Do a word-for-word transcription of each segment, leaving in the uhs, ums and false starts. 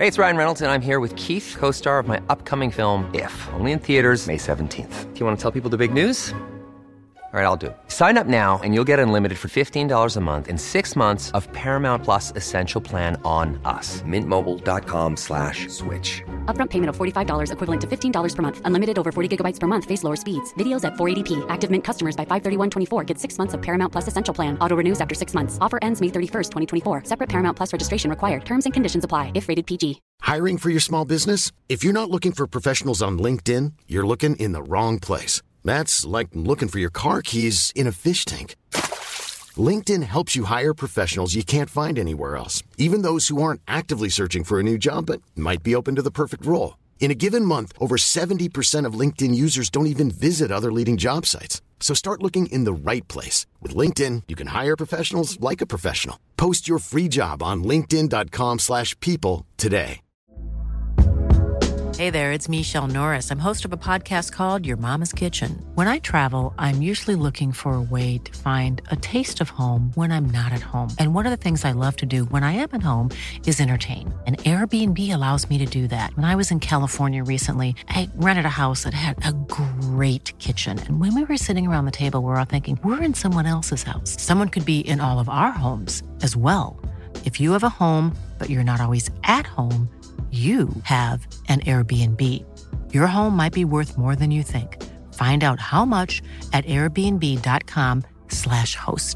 Hey, it's Ryan Reynolds, and I'm here with Keith, co-star of my upcoming film, If, only in theaters May seventeenth. Do you want to tell people the big news? All right, I'll do it. Sign up now and you'll get unlimited for fifteen dollars a month and six months of Paramount Plus Essential Plan on us. Mint Mobile dot com slash switch. Upfront payment of forty-five dollars equivalent to fifteen dollars per month. Unlimited over forty gigabytes per month. Face lower speeds. Videos at four eighty p. Active Mint customers by five thirty-one twenty-four get six months of Paramount Plus Essential Plan. Auto renews after six months. Offer ends May thirty-first, twenty twenty-four. Separate Paramount Plus registration required. Terms and conditions apply if rated P G. Hiring for your small business? If you're not looking for professionals on LinkedIn, you're looking in the wrong place. That's like looking for your car keys in a fish tank. LinkedIn helps you hire professionals you can't find anywhere else, even those who aren't actively searching for a new job but might be open to the perfect role. In a given month, over seventy percent of LinkedIn users don't even visit other leading job sites. So start looking in the right place. With LinkedIn, you can hire professionals like a professional. Post your free job on linkedin dot com slash people today. Hey there, it's Michelle Norris. I'm host of a podcast called Your Mama's Kitchen. When I travel, I'm usually looking for a way to find a taste of home when I'm not at home. And one of the things I love to do when I am at home is entertain. And Airbnb allows me to do that. When I was in California recently, I rented a house that had a great kitchen. And when we were sitting around the table, we were all thinking, we're in someone else's house. Someone could be in all of our homes as well. If you have a home, but you're not always at home, you have an Airbnb. Your home might be worth more than you think. Find out how much at airbnb dot com slash host.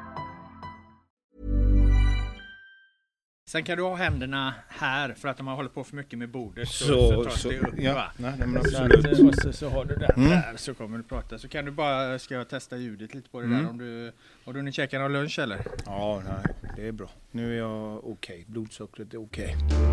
Sen kan du ha händerna här för att de har hållit på för mycket med bordet. Så, så, så tas så, det upp, ja. va? Nej, men så, absolut. att, och så, så har du den Mm. där så kommer du prata. Så kan du bara, ska jag testa ljudet lite på det Mm. där om du, har du hunnit käka någon lunch eller? Ja, nej, det är bra. Nu är jag okej. Okay. Blodsockret är okej. Okay.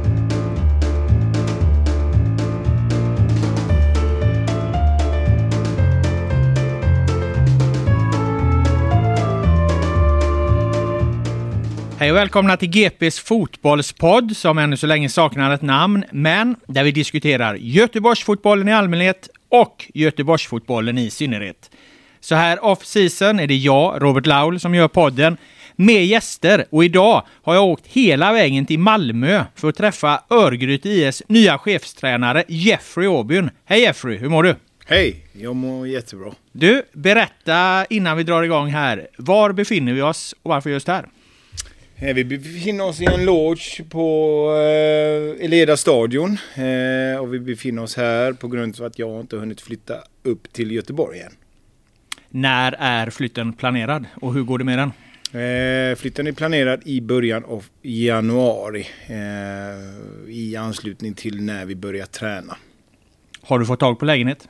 Hej och välkomna till G P:s fotbollspodd som ännu så länge saknar ett namn, men där vi diskuterar Göteborgsfotbollen i allmänhet och Göteborgsfotbollen i synnerhet. Så här off-season är det jag, Robert Laul, som gör podden med gäster, och idag har jag åkt hela vägen till Malmö för att träffa Örgryte I S nya chefstränare Jeffrey Åbyn. Hej Jeffrey, hur mår du? Hej, jag mår jättebra. Du, berätta innan vi drar igång här, var befinner vi oss och varför just här? Vi befinner oss i en loge på eh, Eleda stadion eh, och vi befinner oss här på grund av att jag inte har hunnit flytta upp till Göteborg än. När är flytten planerad och hur går det med den? Eh, flytten är planerad i början av januari eh, i anslutning till när vi börjar träna. Har du fått tag på lägenhet?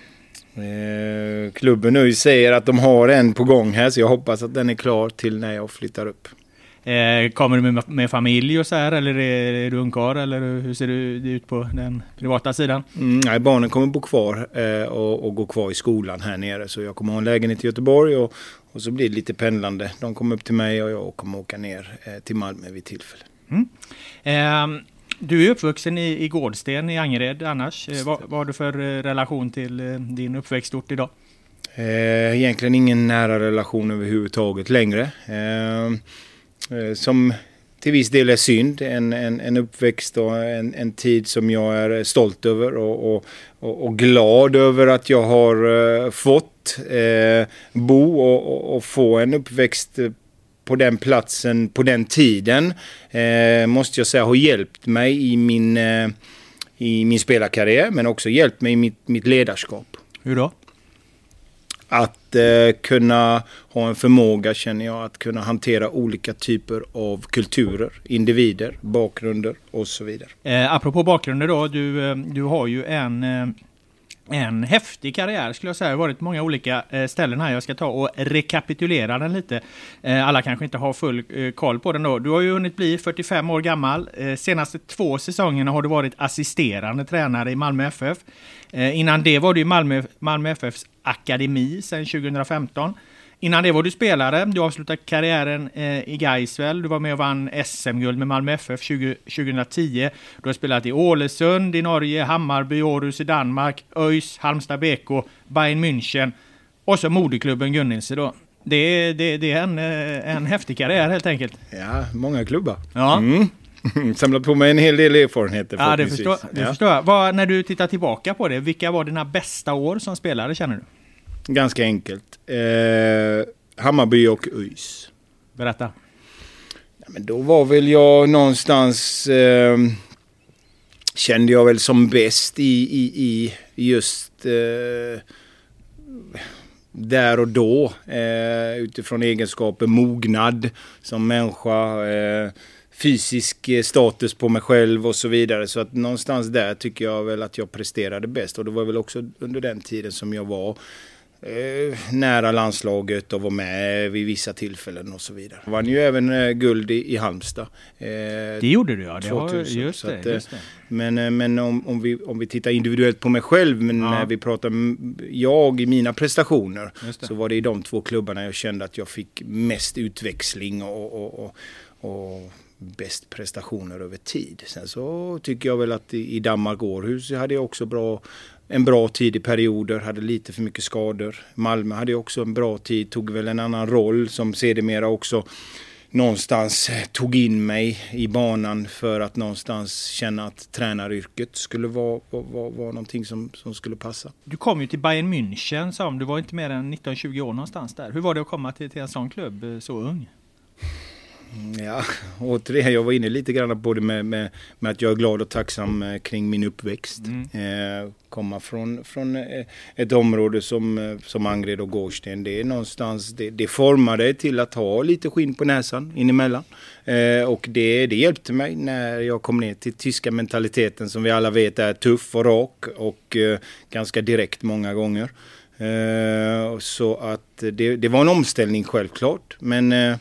Eh, klubben nu säger att de har en på gång här, så jag hoppas att den är klar till när jag flyttar upp. Eh, kommer du med, med familj och så här, eller är, är du ungkarl, eller hur ser det ut på den privata sidan? Mm, nej, barnen kommer bo kvar eh, och, och gå kvar i skolan här nere, så jag kommer ha en lägenhet i Göteborg och, och så blir det lite pendlande. De kommer upp till mig och jag kommer åka ner eh, till Malmö vid tillfälle. Mm. Eh, du är uppvuxen i, i Gårdsten i Angered annars. Eh, vad, vad har du för eh, relation till eh, din uppväxtort idag? Eh, egentligen ingen nära relation överhuvudtaget längre. Eh, Som till viss del är synd. En, en, en uppväxt och en, en tid som jag är stolt över och, och, och, och glad över att jag har uh, fått uh, bo och, och, och få en uppväxt på den platsen, på den tiden. Uh, måste jag säga har hjälpt mig i min, uh, i min spelarkarriär, men också hjälpt mig i mitt, mitt ledarskap. Hur då? Att eh, kunna ha en förmåga, känner jag, att kunna hantera olika typer av kulturer, individer, bakgrunder och så vidare. Eh, apropå bakgrunder då, du, eh, du har ju en, eh, en häftig karriär skulle jag säga. Det har varit många olika eh, ställen här. Jag ska ta och rekapitulera den lite. Eh, alla kanske inte har full eh, koll på den då. Du har ju hunnit bli fyrtiofem år gammal. Eh, senaste två säsongerna har du varit assisterande tränare i Malmö F F. Eh, innan det var du i Malmö, Malmö F Fs akademi sedan tjugohundrafemton. Innan det var du spelare. Du avslutade karriären eh, i Gaisväl. Du var med och vann S M-guld med Malmö F F tjugo, tjugohundratio. Du har spelat i Ålesund i Norge, Hammarby, Århus i Danmark, ÖIS, Halmstad B K, Bayern München och så moderklubben Gunnilse då. Det är, det, det är en, en häftig karriär helt enkelt. Ja, många klubbar. Ja. Mm. Samlat på mig en hel del erfarenheter. Ja, det förstår, det ja. förstår jag. Vad, när du tittar tillbaka på det, vilka var dina bästa år som spelare, känner du? Ganska enkelt. Eh, Hammarby och ÖIS. Berätta. Ja, men då var väl jag någonstans... Eh, kände jag väl som bäst i, i, i just... Eh, där och då, eh, utifrån egenskaper, mognad som människa, eh, fysisk status på mig själv och så vidare. Så att någonstans där tycker jag väl att jag presterade bäst. Och det var väl också under den tiden som jag var eh, nära landslaget och var med vid vissa tillfällen och så vidare. Jag vann ju även eh, guld i, i Halmstad. Eh, det gjorde du, ja. Det har, just det, att, just det. Men, men om, om, vi, om vi tittar individuellt på mig själv, men ja. när vi pratar jag i mina prestationer, så var det i de två klubbarna jag kände att jag fick mest utväxling och, och, och, och bäst prestationer över tid. Sen så tycker jag väl att i, i Danmark Århus hade jag också bra, en bra tid i perioder, hade lite för mycket skador. Malmö hade jag också en bra tid, tog väl en annan roll som sedermera också någonstans tog in mig i banan för att någonstans känna att tränaryrket skulle vara, vara, vara någonting som, som skulle passa. Du kom ju till Bayern München, som du var inte mer än nitton tjugo år någonstans där. Hur var det att komma till, till en sån klubb så ung? Ja, återigen, jag var inne lite grann på det med, med, med att jag är glad och tacksam kring min uppväxt. Mm. Eh, komma från, från ett område som, som Angered och Gårdsten, det är någonstans, det, det formade till att ha lite skinn på näsan inemellan. Eh, och det, det hjälpte mig när jag kom ner till tyska mentaliteten som vi alla vet är tuff och rak och eh, ganska direkt många gånger. Eh, så att det, det var en omställning självklart, men eh,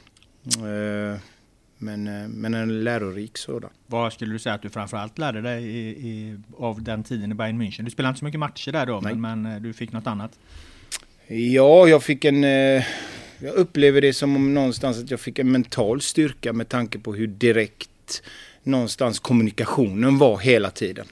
Men, men en lärorik sådan. Vad skulle du säga att du framförallt lärde dig i, i, av den tiden i Bayern München? Du spelade inte så mycket matcher där då, men, men du fick något annat? Ja, jag fick en... Jag upplever det som om någonstans att jag fick en mental styrka med tanke på hur direkt någonstans kommunikationen var hela tiden.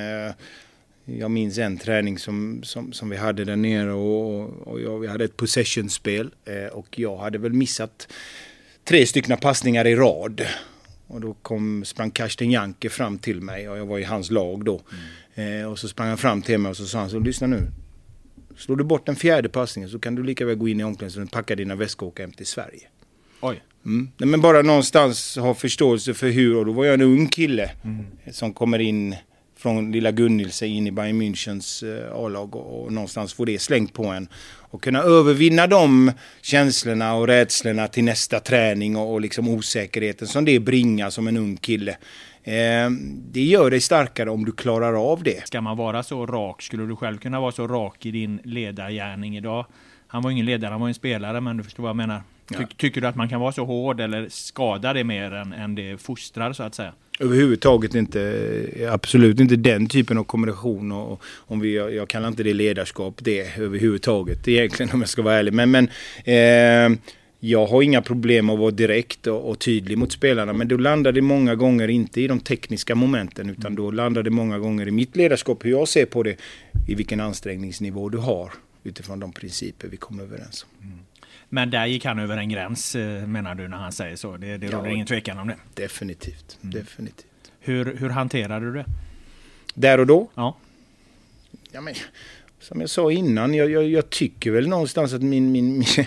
Jag minns en träning som, som, som vi hade där nere och, och jag, vi hade ett possession-spel och jag hade väl missat tre stycken passningar i rad. Och då kom, sprang Karsten Janke fram till mig och jag var i hans lag då. Mm. Eh, och så sprang han fram till mig och så sa han så, lyssna nu. Slår du bort den fjärde passningen så kan du lika väl gå in i omklädningsrummet och packa dina väskor och åka hem till Sverige. Oj. Mm. Nej, men bara någonstans ha förståelse för hur, och då var jag en ung kille mm. som kommer in från lilla Gunnilse in i Bayern Münchens eh, A-lag och, och någonstans få det slängt på en. Och kunna övervinna de känslorna och rädslorna till nästa träning och, och liksom osäkerheten som det bringar som en ung kille. Eh, det gör dig starkare om du klarar av det. Ska man vara så rak? Skulle du själv kunna vara så rak i din ledargärning idag? Han var ingen ledare, han var en spelare, men du förstår vad jag menar. Ty- ja. Tycker du att man kan vara så hård eller skada det mer än, än det fostrar så att säga? Överhuvudtaget inte, absolut inte den typen av kombination, och, och om vi, jag, jag kallar inte det ledarskap det överhuvudtaget egentligen, om jag ska vara ärlig, men, men eh, jag har inga problem att vara direkt och, och tydlig mot spelarna, men då landar det många gånger inte i de tekniska momenten, utan då landar det många gånger i mitt ledarskap, hur jag ser på det, i vilken ansträngningsnivå du har utifrån de principer vi kommer överens om. Mm. Men där gick han över en gräns, menar du, när han säger så? Det, det råder ja, ingen tvekan om det. Definitivt, mm. definitivt. Hur, hur hanterade du det? Där och då? Ja. Ja, men, som jag sa innan, jag, jag, jag tycker väl någonstans att min, min, min,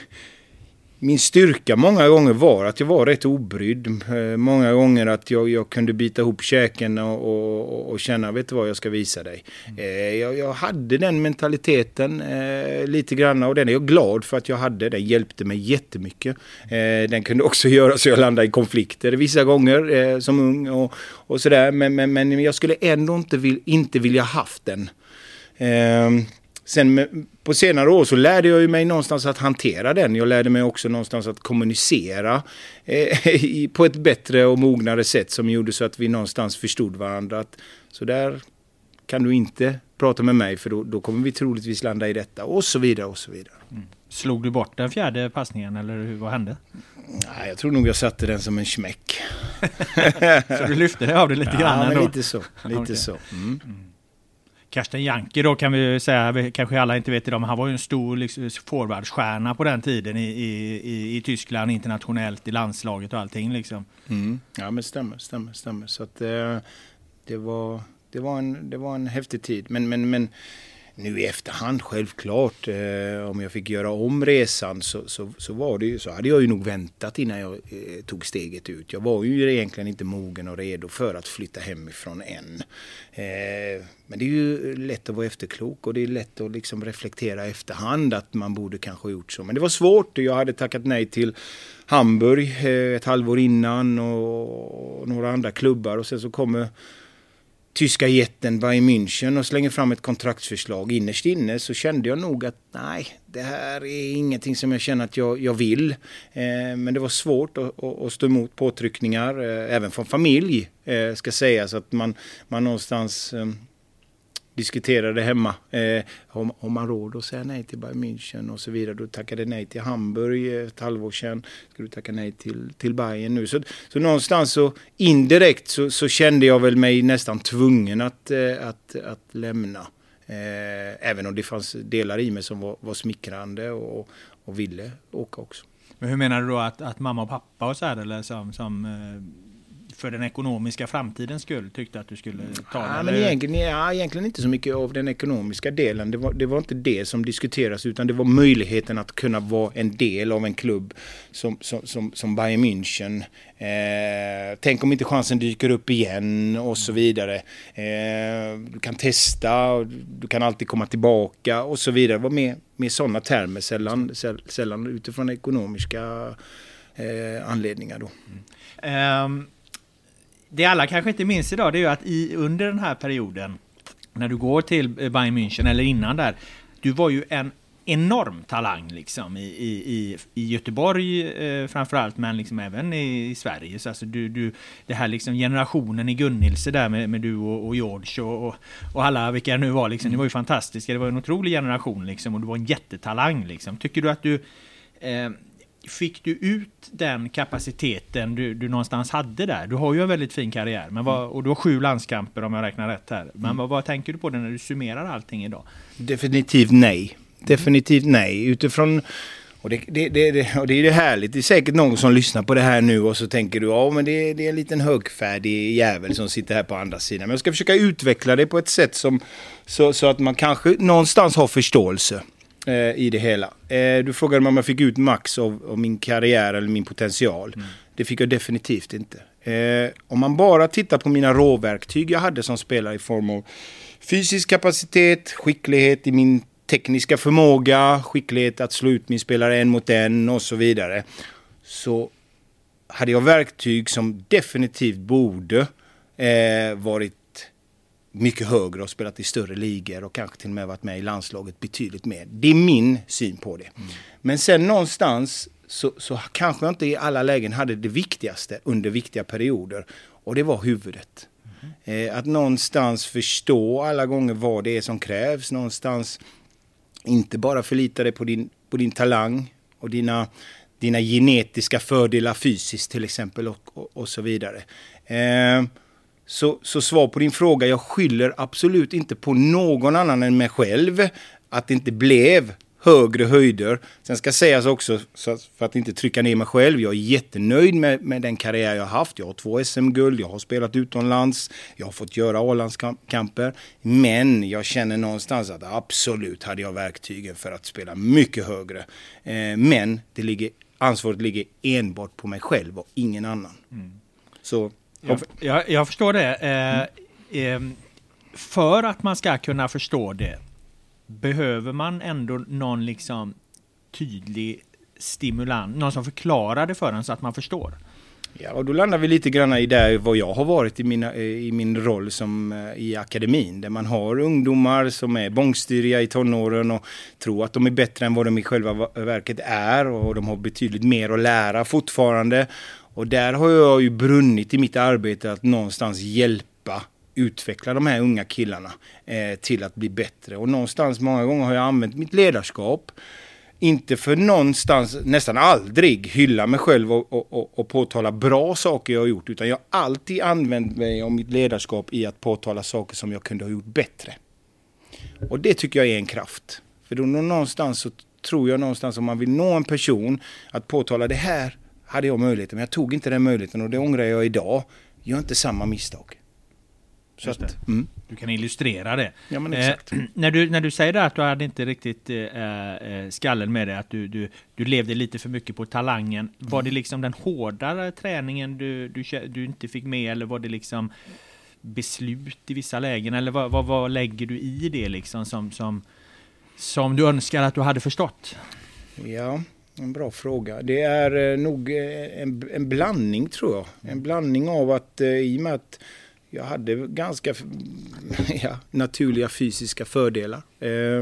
min styrka många gånger var att jag var rätt obrydd. Många gånger att jag, jag kunde bita ihop käken och, och, och känna, vet du vad, jag ska visa dig. Mm. Jag, jag hade den mentaliteten eh, lite grann, och den är jag glad för att jag hade. Den hjälpte mig jättemycket. Eh, den kunde också göra så jag landade i konflikter vissa gånger eh, som ung och, och sådär. Men, men, men jag skulle ändå inte, vill, inte vilja haft den. Eh, Sen med, på senare år så lärde jag ju mig någonstans att hantera den. Jag lärde mig också någonstans att kommunicera eh, i, på ett bättre och mognare sätt som gjorde så att vi någonstans förstod varandra. Att, så där kan du inte prata med mig, för då, då kommer vi troligtvis landa i detta och så vidare och så vidare. Mm. Slog du bort den fjärde passningen eller hur, vad hände? Nej, jag tror nog jag satte den som en smäck. Så du lyfte det av det lite ja, grann ändå? Ja, lite så. Lite okay. så. Mm. Mm. Karsten Janke då kan vi säga, kanske alla inte vet idag, men han var ju en stor liksom, forwardstjärna på den tiden i, i, i Tyskland, internationellt, i landslaget och allting liksom. Mm. Ja, men stämmer, stämmer, stämmer. Så att eh, det var det var en det var en häftig tid, men men men nu i efterhand självklart, eh, om jag fick göra om resan så, så, så var det ju så hade jag ju nog väntat innan jag eh, tog steget ut. Jag var ju egentligen inte mogen och redo för att flytta hemifrån än. Eh, men det är ju lätt att vara efterklok och det är lätt att liksom reflektera efterhand att man borde kanske ha gjort så. Men det var svårt. Jag hade tackat nej till Hamburg eh, ett halvår innan och, och några andra klubbar och sen så kommer tyska jätten Bayern München och slänger fram ett kontraktsförslag. Innerst inne så kände jag nog att nej, det här är ingenting som jag känner att jag, jag vill. Eh, men det var svårt att, att stå emot påtryckningar, eh, även från familj eh, ska sägas att man, man någonstans eh, diskuterade hemma. Eh, om, om man råd att säga nej till Bayern München och så vidare. Då tackade nej till Hamburg ett halvår sedan. Ska du tacka nej till, till Bayern nu? Så, så någonstans så indirekt så, så kände jag väl mig nästan tvungen att, eh, att, att lämna. Eh, även om det fanns delar i mig som var, var smickrande och, och ville åka också. Men hur menar du då att, att mamma och pappa och så här, eller som... som eh... för den ekonomiska framtidens skull tyckte att du skulle ta ja, det? Men egentligen, ja, egentligen inte så mycket av den ekonomiska delen. Det var, det var inte det som diskuteras utan det var möjligheten att kunna vara en del av en klubb som, som, som, som Bayern München. Eh, tänk om inte chansen dyker upp igen och så vidare. Eh, du kan testa, du kan alltid komma tillbaka och så vidare. Det var med, med sådana termer, sällan, sällan utifrån ekonomiska eh, anledningar då. Mm. Um. Det alla kanske inte minns idag, det är ju att i, under den här perioden när du går till Bayern München eller innan där, du var ju en enorm talang liksom i, i, i Göteborg eh, framförallt, men liksom även i, i Sverige. Så alltså du, du, det här liksom generationen i Gunnilse där med, med du och, och George och, och, och alla vilka nu var liksom, det var ju fantastiska, det var en otrolig generation liksom och du var en jättetalang liksom. Tycker du att du eh, fick du ut den kapaciteten du, du någonstans hade där? Du har ju en väldigt fin karriär, men vad, och du har sju landskamper om jag räknar rätt här. Men mm. vad, vad tänker du på det när du summerar allting idag? Definitivt nej. Definitivt nej. Utifrån, och det, det, det, det, och det är det härligt. Det är säkert någon som lyssnar på det här nu och så tänker du, ja men det, det är en liten högfärdig jävel som sitter här på andra sidan. Men jag ska försöka utveckla det på ett sätt som, så, så att man kanske någonstans har förståelse i det hela. Du frågade mig om jag fick ut max av, av min karriär eller min potential. Mm. Det fick jag definitivt inte. Eh, om man bara tittar på mina råverktyg jag hade som spelare i form av fysisk kapacitet, skicklighet i min tekniska förmåga, skicklighet att slå ut min spelare en mot en och så vidare. Så hade jag verktyg som definitivt borde eh, varit mycket högre och spelat i större ligor och kanske till och med varit med i landslaget betydligt mer. Det är min syn på det. Mm. Men sen någonstans så, så kanske jag inte i alla lägen hade det viktigaste under viktiga perioder och det var huvudet. Mm. Eh, att någonstans förstå alla gånger vad det är som krävs. Någonstans inte bara förlita dig på din, på din talang och dina, dina genetiska fördelar fysiskt till exempel och, och, och så vidare. Eh, Så, så svar på din fråga, jag skyller absolut inte på någon annan än mig själv att det inte blev högre höjder. Sen ska sägas också, så att, för att inte trycka ner mig själv, jag är jättenöjd med, med den karriär jag har haft. Jag har två S M-guld, jag har spelat utomlands, jag har fått göra A-landskamper. Men jag känner någonstans att absolut hade jag verktygen för att spela mycket högre. Eh, men det ligger, ansvaret ligger enbart på mig själv och ingen annan. Mm. Så... Jag, jag, jag förstår det. Eh, eh, för att man ska kunna förstå det behöver man ändå någon liksom tydlig stimulans, någon som förklarar det för en så att man förstår. Ja, och då landar vi lite grann i där vad jag har varit i, mina, i min roll som i akademin, där man har ungdomar som är bångstyriga i tonåren och tror att de är bättre än vad de i själva verket är och de har betydligt mer att lära fortfarande. Och där har jag ju brunnit i mitt arbete att någonstans hjälpa, utveckla de här unga killarna eh, till att bli bättre. Och någonstans många gånger har jag använt mitt ledarskap, inte för någonstans, nästan aldrig hylla mig själv och, och, och, och påtala bra saker jag har gjort. Utan jag har alltid använt mig av mitt ledarskap i att påtala saker som jag kunde ha gjort bättre. Och det tycker jag är en kraft. För då någonstans så tror jag någonstans om man vill nå en person att påtala det här hade jag möjlighet, men jag tog inte den möjligheten och det ångrar jag idag. Gör inte samma misstag. Så att, mm. Du kan illustrera det. Ja, men exakt. Eh, när, du, när du säger det att du hade inte riktigt eh, skallen med det, att du, du, du levde lite för mycket på talangen. Mm. Var det liksom den hårdare träningen du, du, du inte fick med, eller var det liksom beslut i vissa lägen? Eller vad, vad, vad lägger du i det liksom som, som, som du önskar att du hade förstått? Ja, en bra fråga. Det är nog en, en blandning, tror jag. En blandning av att i och med att jag hade ganska ja, naturliga fysiska fördelar. Eh,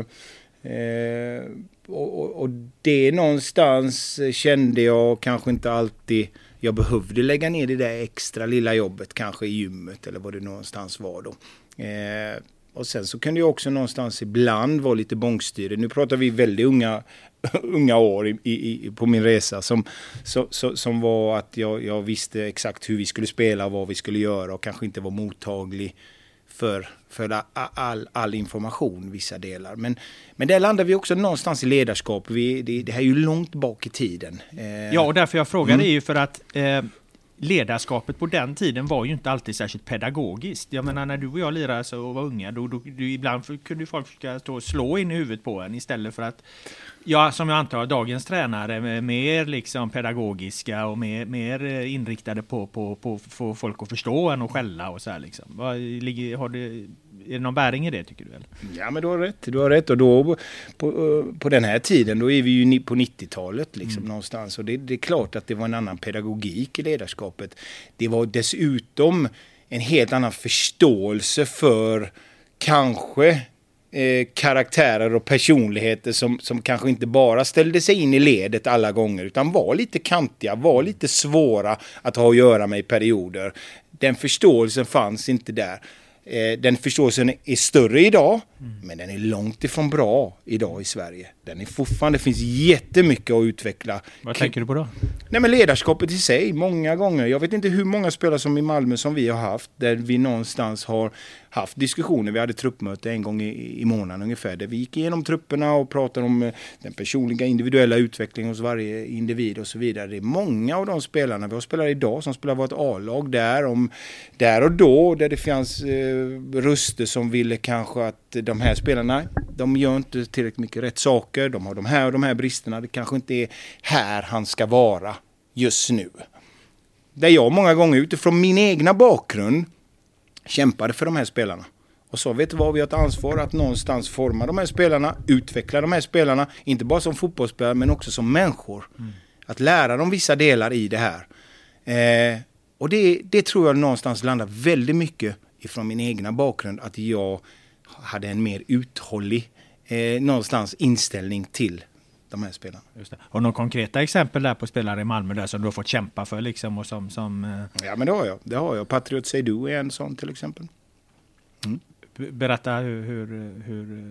eh, och, och det någonstans kände jag kanske inte alltid jag behövde lägga ner det där extra lilla jobbet kanske i gymmet eller vad det någonstans var då. Eh, och sen så kunde jag också någonstans ibland vara lite bångstyrig. Nu pratar vi väldigt unga, unga år i, i, på min resa som, så, så, som var att jag, jag visste exakt hur vi skulle spela och vad vi skulle göra och kanske inte var mottaglig för, för all, all information vissa delar. Men, men där landar vi också någonstans i ledarskap. Vi, det, det här är ju långt bak i tiden. Eh, ja, och därför jag frågar mm. är ju för att eh, ledarskapet på den tiden var ju inte alltid särskilt pedagogiskt. Jag menar, när du och jag lirade så och var unga, då, då, då ibland kunde folk stå och slå in i huvudet på en istället för att, ja, som jag antar, dagens tränare mer liksom pedagogiska och mer, mer inriktade på, på, på, på få folk att förstå än att skälla och så här liksom. Vad, ligger, har det, är det någon bäring i det, tycker du? Eller? Ja, men du har rätt. Du har rätt. Och då på, på den här tiden, då är vi ju på nittiotalet liksom mm. någonstans. Och det, det är klart att det var en annan pedagogik i ledarskapet. Det var dessutom en helt annan förståelse för kanske eh, karaktärer och personligheter som, som kanske inte bara ställde sig in i ledet alla gånger utan var lite kantiga, var lite svåra att ha att göra med i perioder. Den förståelsen fanns inte där. Den förståelsen är större idag, mm. men den är långt ifrån bra idag i Sverige. Den är fortfarande, det finns jättemycket att utveckla. Vad tänker du på då? Nej, men ledarskapet i sig, många gånger. Jag vet inte hur många spelare som i Malmö som vi har haft, där vi någonstans har haft diskussioner. Vi hade truppmöte en gång i, i månaden ungefär, där vi gick igenom trupperna och pratade om den personliga individuella utvecklingen hos varje individ och så vidare. Det är många av de spelarna vi har spelat idag som spelar vårt A-lag där, om, där och då, där det fanns eh, röster som ville kanske att de här spelarna, de gör inte tillräckligt mycket rätt saker, de har de här och de här bristerna, det kanske inte är här han ska vara just nu. Där jag många gånger utifrån min egna bakgrund kämpade för de här spelarna. Och så vet du vad, vi har ett ansvar att någonstans forma de här spelarna, utveckla de här spelarna, inte bara som fotbollsspelare men också som människor. Mm. Att lära dem vissa delar i det här. Eh, och det, det tror jag någonstans landar väldigt mycket ifrån min egna bakgrund, att jag hade en mer uthållig eh, någonstans inställning till de här spelarna. Just det. Och några konkreta exempel där på spelare i Malmö där som du har fått kämpa för liksom och som... som eh... Ja, men det har jag. Det har jag. Patriot Seydou är en sån till exempel. Mm. Berätta hur, hur, hur,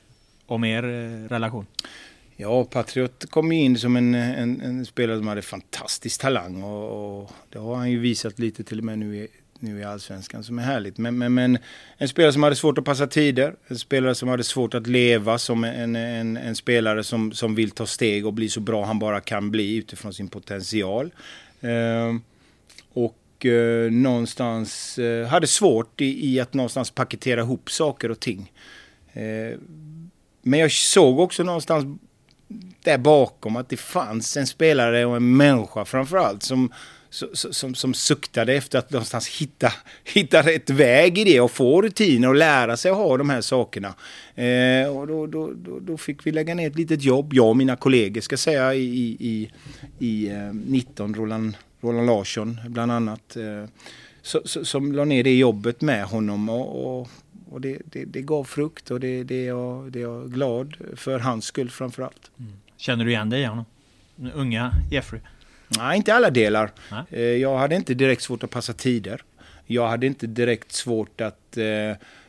om er relation. Ja, Patriot kom in som en, en, en spelare som hade fantastisk talang och, och det har han ju visat lite till och med nu i nu i Allsvenskan som är härligt. Men, men, men en spelare som hade svårt att passa tider. En spelare som hade svårt att leva som en, en, en spelare som, som vill ta steg och bli så bra han bara kan bli utifrån sin potential. Eh, och eh, någonstans eh, hade svårt i, i att någonstans paketera ihop saker och ting. Eh, men jag såg också någonstans där bakom att det fanns en spelare och en människa framförallt som Som, som suktade efter att någonstans hitta, hitta rätt väg i det och få rutiner och lära sig att ha de här sakerna. Eh, och då, då, då, då fick vi lägga ner ett litet jobb, jag och mina kollegor ska säga, i, i, i eh, nitton, Roland, Roland Larsson bland annat, eh, så, så, som la ner det jobbet med honom och, och, och det, det, det gav frukt och det, det, är jag, det är jag glad för hans skull framförallt. Mm. Känner du igen dig i honom? Unga Jeffrey? Nej, inte alla delar. Nej. Jag hade inte direkt svårt att passa tider. Jag hade inte direkt svårt att eh,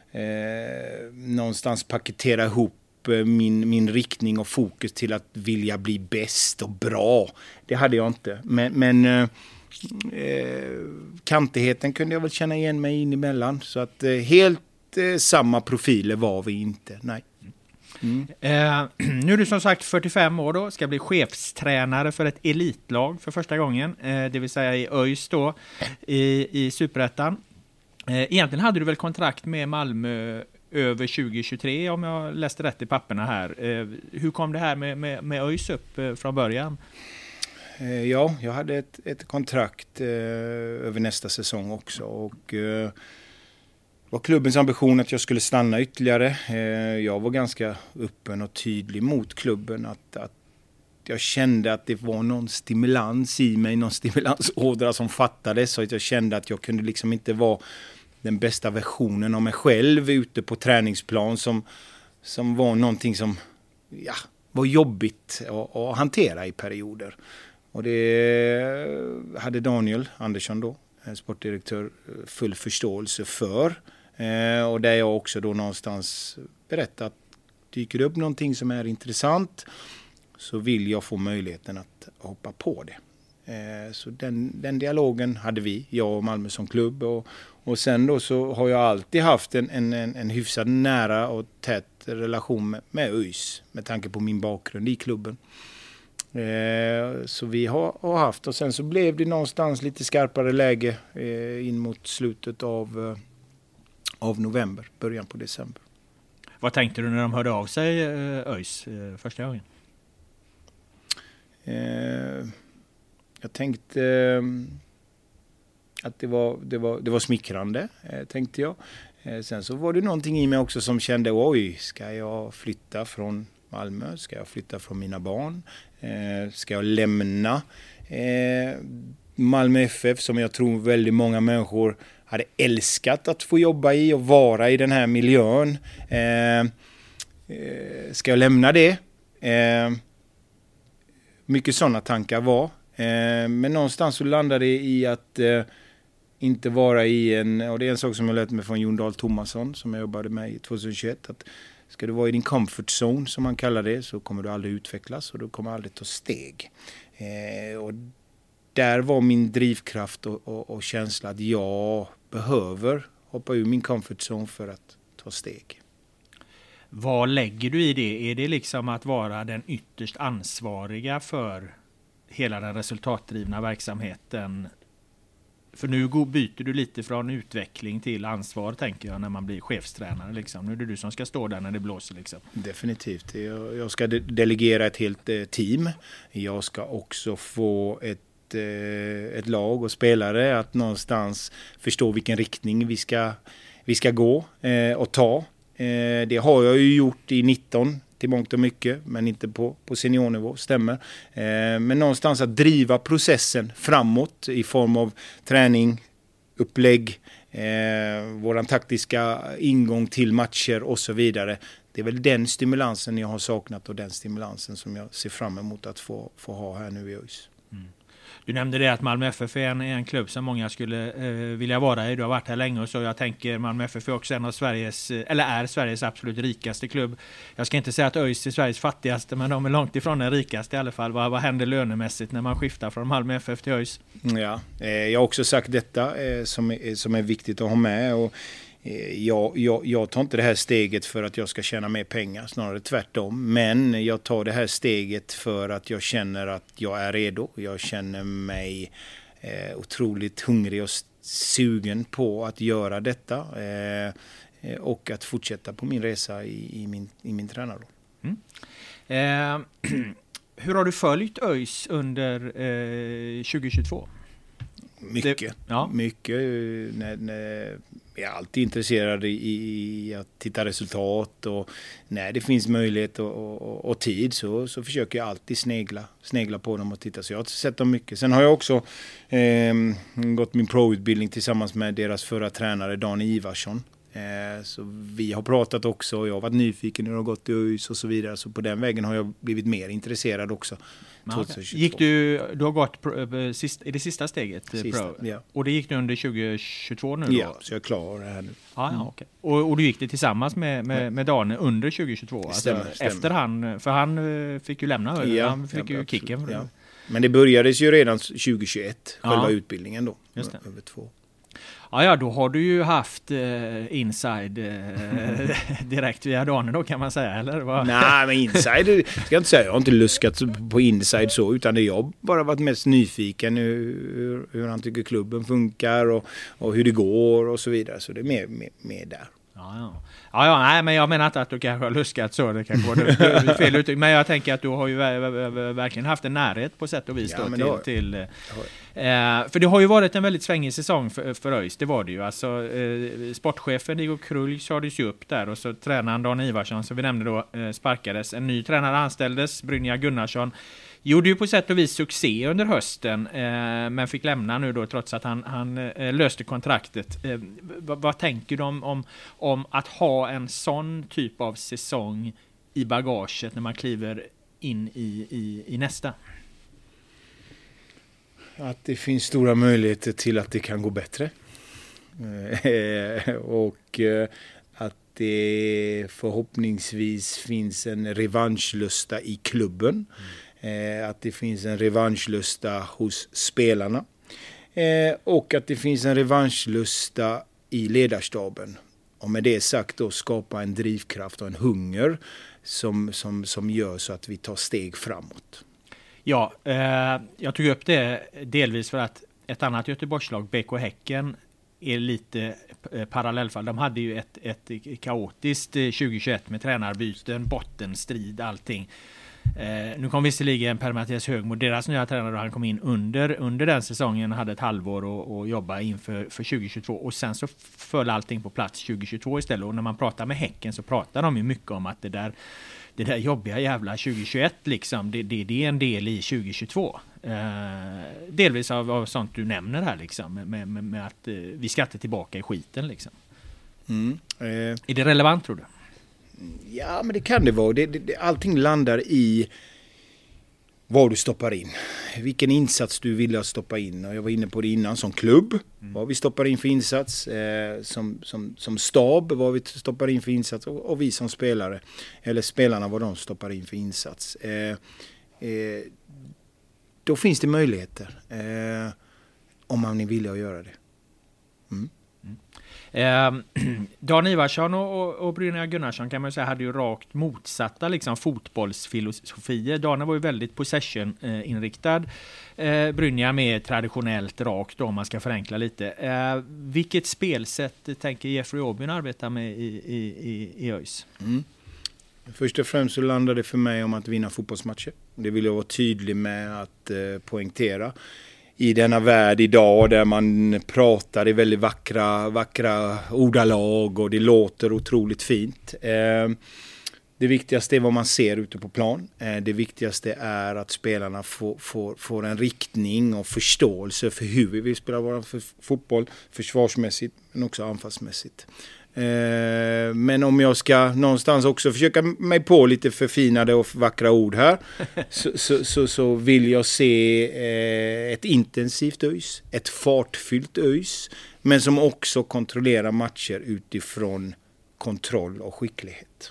eh, någonstans paketera ihop min, min riktning och fokus till att vilja bli bäst och bra. Det hade jag inte. Men, men eh, kantigheten kunde jag väl känna igen mig in emellan. Så att eh, helt riktigt eh, samma profiler var vi inte, nej. Mm. Eh, nu är du som sagt fyrtiofem år då, ska bli chefstränare för ett elitlag för första gången, eh, det vill säga i ÖIS då, i, i Superettan. Eh, egentligen hade du väl kontrakt med Malmö över tjugo tjugotre om jag läste rätt i papperna här. Eh, hur kom det här med, med, med ÖIS upp eh, från början? Eh, ja, jag hade ett, ett kontrakt eh, över nästa säsong också och eh, var klubbens ambition att jag skulle stanna ytterligare. Eh, jag var ganska öppen och tydlig mot klubben att, att jag kände att det var någon stimulans i mig, någon stimulansådra som fattades, så att jag kände att jag kunde liksom inte vara den bästa versionen av mig själv ute på träningsplan som, som var någonting som ja, var jobbigt att, att hantera i perioder. Och det hade Daniel Andersson då, sportdirektör, full förståelse för. Eh, och där jag också då någonstans berättat att dyker det upp någonting som är intressant så vill jag få möjligheten att hoppa på det. Eh, så den, den dialogen hade vi, jag och Malmö som klubb. Och, och sen då så har jag alltid haft en, en, en, en hyfsad nära och tät relation med, med ÖIS med tanke på min bakgrund i klubben. Eh, så vi har, har haft, och sen så blev det någonstans lite skarpare läge eh, in mot slutet av, eh, av november, början på december. Vad tänkte du när de hörde av sig eh, ÖIS eh, första gången? Eh, jag tänkte eh, att det var, det var, det var smickrande, eh, tänkte jag. Eh, sen så var det någonting i mig också som kände, oj, ska jag flytta från Malmö? Ska jag flytta från mina barn? Eh, ska jag lämna eh, Malmö F F som jag tror väldigt många människor hade älskat att få jobba i och vara i den här miljön? Eh, eh, ska jag lämna det? Eh, mycket sådana tankar var. Eh, men någonstans så landade det i att eh, inte vara i en, och det är en sak som jag lärt mig från Jon Dahl Tomasson som jag jobbade med i tjugohundratjugoett, att ska du vara i din comfort zone som man kallar det så kommer du aldrig utvecklas och du kommer aldrig ta steg. Eh, och där var min drivkraft och, och, och känsla att jag behöver hoppa ur min comfort zone för att ta steg. Vad lägger du i det? Är det liksom att vara den ytterst ansvariga för hela den resultatdrivna verksamheten? För nu byter du lite från utveckling till ansvar, tänker jag, när man blir chefstränare. Liksom. Nu är det du som ska stå där när det blåser. Liksom. Definitivt. Jag, jag ska de- delegera ett helt eh, team. Jag ska också få ett, eh, ett lag och spelare att någonstans förstå vilken riktning vi ska, vi ska gå eh, och ta. Eh, det har jag ju gjort i nitton till mångt och mycket, men inte på, på seniornivå, stämmer. Eh, men någonstans att driva processen framåt i form av träning, upplägg, eh, våran taktiska ingång till matcher och så vidare. Det är väl den stimulansen jag har saknat och den stimulansen som jag ser fram emot att få, få ha här nu i ÖIS. Mm. Du nämnde det att Malmö F F är en, är en klubb som många skulle eh, vilja vara i. Du har varit här länge och så. Jag tänker Malmö F F är också en av Sveriges, eller är Sveriges absolut rikaste klubb. Jag ska inte säga att ÖIS är Sveriges fattigaste, men de är långt ifrån den rikaste i alla fall. Vad, vad händer lönemässigt när man skiftar från Malmö F F till ÖIS? Ja, eh, jag har också sagt detta eh, som, är, som är viktigt att ha med. Och Jag, jag, jag tar inte det här steget för att jag ska tjäna mer pengar, snarare tvärtom. Men jag tar det här steget för att jag känner att jag är redo. Jag känner mig eh, otroligt hungrig och sugen på att göra detta. Eh, och att fortsätta på min resa i, i, min, i min tränarroll. Mm. Eh, hur har du följt ÖIS under eh, tjugohundratjugotvå? Mycket. Det, ja. Mycket. När, när jag är alltid intresserad i, i att titta resultat och när det finns möjlighet och, och, och tid så, så försöker jag alltid snegla, snegla på dem och titta. Så jag har sett dem mycket. Sen har jag också eh, gått min pro-utbildning tillsammans med deras förra tränare Dan Ivarsson. Eh, så vi har pratat också och jag har varit nyfiken när jag har gått i ÖIS och så vidare. Så på den vägen har jag blivit mer intresserad också. Gick du, du har gått pro, sist, i det sista steget? Sista, pro. Ja. Och det gick du under tjugohundratjugotvå nu då? Ja, så jag är klar det här nu. Ja, ja, okay. och, och du gick det tillsammans med, med, med Dane under tjugohundratjugotvå? Stämmer, alltså, stämmer. Efter han, för han fick ju lämna, ja, han fick ja, ju kicken. För ja. det. Men det började ju redan tjugohundratjugoett, själva ja. utbildningen då. Just det. Över två. Ja, ja, då har du ju haft eh, inside eh, direkt via dagen då kan man säga, eller? Vad? Nej, men inside ska jag inte säga. Jag har inte luskat på inside så, utan det är jag bara varit mest nyfiken hur, hur han tycker klubben funkar och, och hur det går och så vidare. Så det är mer, mer, mer där. Ja, ja. Ja, ja, nej, men jag menar inte att du kanske har luskat så, det kanske var du, du, fel uttryck. Men jag tänker att du har ju verkligen haft en närhet på sätt och vis ja, då, då, till... till eh, för det har ju varit en väldigt svängig säsong för, för ÖIS, det var det ju. Alltså, eh, sportchefen Igor Krull sades ju upp där och så tränaren Dan Ivarsson, som vi nämnde då, eh, sparkades. En ny tränare anställdes, Brynja Gunnarsson. Gjorde ju på sätt och vis succé under hösten, eh, men fick lämna nu då trots att han, han eh, löste kontraktet. Eh, vad, vad tänker du om, om, om att ha en sån typ av säsong i bagaget när man kliver in i, i, i nästa? Att det finns stora möjligheter till att det kan gå bättre. Eh, och eh, att det förhoppningsvis finns en revanschlusta i klubben. Mm. Att det finns en revanschlusta hos spelarna. Eh, och att det finns en revanschlusta i ledarstaben. Och med det sagt då skapa en drivkraft och en hunger som, som, som gör så att vi tar steg framåt. Ja, eh, jag tog upp det delvis för att ett annat Göteborgslag, B K Häcken, är lite parallellfall. De hade ju ett, ett kaotiskt tjugohundratjugoett med tränarbyten, bottenstrid, allting. Eh, nu kom visserligen Per-Mattias Högmo, deras nya tränare, och han kom in under, under den säsongen, hade ett halvår och, och jobba inför för tjugohundratjugotvå, och sen så föll allting på plats tjugohundratjugotvå istället. Och när man pratar med Häcken så pratar de ju mycket om att det där, det där jobbiga jävla tjugohundratjugoett liksom, det, det, det är en del i tjugohundratjugotvå. Eh, delvis av, av sånt du nämner här liksom, med, med, med att eh, vi ska inte tillbaka i skiten liksom. Mm, eh. Är det relevant, tror du? Ja, men det kan det vara. Det, det, allting landar i vad du stoppar in. Vilken insats du vill stoppa in. Och jag var inne på det innan, som klubb. Mm. Vad vi stoppar in för insats. Eh, som, som, som stab, vad vi stoppar in för insats. Och, och vi som spelare. Eller spelarna, vad de stoppar in för insats. Eh, eh, då finns det möjligheter. Eh, om man är villig att göra det. Mm. Mm. Eh, Dan Ivarsson och, och, och Brynja Gunnarsson kan man säga hade ju rakt motsatta liksom, fotbollsfilosofier. Dan var ju väldigt possession-inriktad. Eh, Brynja mer traditionellt rakt, om man ska förenkla lite. Eh, vilket spelsätt tänker Jeffrey Aubyn arbeta med i, i, i, i ÖIS? Mm. Först och främst så landade det för mig om att vinna fotbollsmatcher. Det vill jag vara tydlig med att eh, poängtera. I denna värld idag där man pratar i väldigt vackra, vackra ordalag och det låter otroligt fint. Eh, det viktigaste är vad man ser ute på plan. Eh, det viktigaste är att spelarna får, får, får en riktning och förståelse för hur vi vill spela vår fotboll, försvarsmässigt men också anfallsmässigt. Eh, men om jag ska någonstans också försöka mig på lite förfinade och vackra ord här så, så, så, så vill jag se eh, ett intensivt ÖIS, ett fartfyllt ÖIS, men som också kontrollerar matcher utifrån kontroll och skicklighet.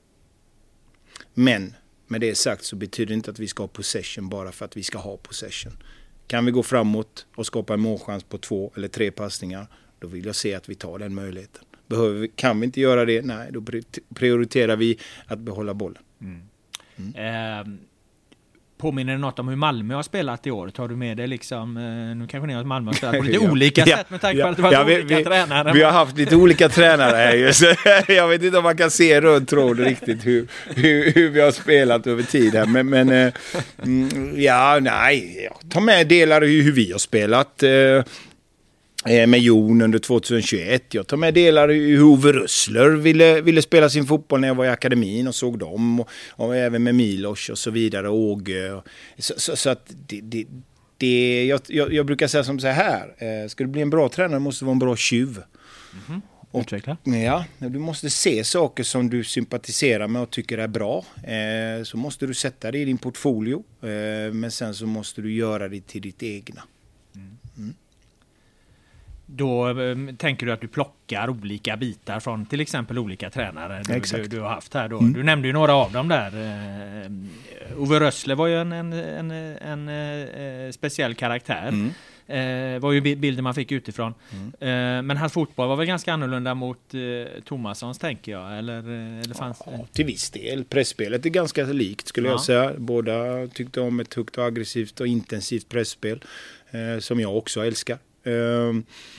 Men med det sagt så betyder det inte att vi ska ha possession bara för att vi ska ha possession. Kan vi gå framåt och skapa en målchans på två eller tre passningar, då vill jag se att vi tar den möjligheten. Behöver vi, kan vi inte göra det? Nej, då prioriterar vi att behålla bollen. Mm. Mm. Eh, påminner det något om hur Malmö har spelat i år? Tar du med det liksom, eh, nu kanske ni har Malmö har spelat på lite ja. olika ja. sätt med tanke på ja. att det var ja, vi, olika vi, tränare. Vi har haft lite olika tränare här just. Jag vet inte om man kan se runt tråden riktigt hur, hur, hur vi har spelat över tid här. Men, men eh, ja, nej, ta med delar i hur vi har spelat. Eh, med Jon under tjugohundratjugoett. Jag tar med delar hur Ove Rössler ville, ville spela sin fotboll när jag var i akademin och såg dem. Och, och även med Milos och så vidare. Åge. Så, så, så att det, det, det, jag, jag, jag brukar säga som så här. Eh, ska du bli en bra tränare måste du vara en bra tjuv. Mm-hmm. Utveckla. Och, ja, du måste se saker som du sympatiserar med och tycker är bra. Eh, så måste du sätta det i din portfolio. Eh, men sen så måste du göra det till ditt egna. Mm. Då eh, tänker du att du plockar olika bitar från till exempel olika tränare du, du, du har haft här. Då. Mm. Du nämnde ju några av dem där. Eh, Ove Rössler var ju en, en, en, en, en eh, speciell karaktär. Mm. Eh, var ju bilden man fick utifrån. Mm. Eh, men hans fotboll var väl ganska annorlunda mot eh, Thomassons, tänker jag. Eller, eller fanns ja, till viss del. Pressspelet är ganska likt, skulle ja. jag säga. Båda tyckte om ett högt och aggressivt och intensivt pressspel. Eh, som jag också älskar. Eh,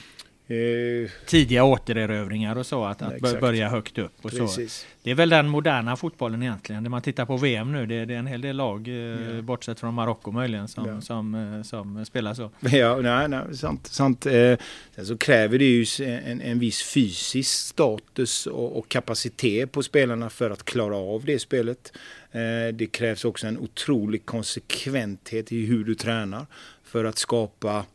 Eh, Tidiga återerövringar och så, att, att ja, börja högt upp och så. Det är väl den moderna fotbollen egentligen. När man tittar på V M nu, det är, det är en hel del lag, eh, ja. bortsett från Marocko möjligen, som, ja. som, eh, som spelar så. Ja, nej, nej, sant. sant. Eh, sen så kräver det ju en, en viss fysisk status och, och kapacitet på spelarna för att klara av det spelet. Eh, det krävs också en otrolig konsekventhet i hur du tränar för att skapa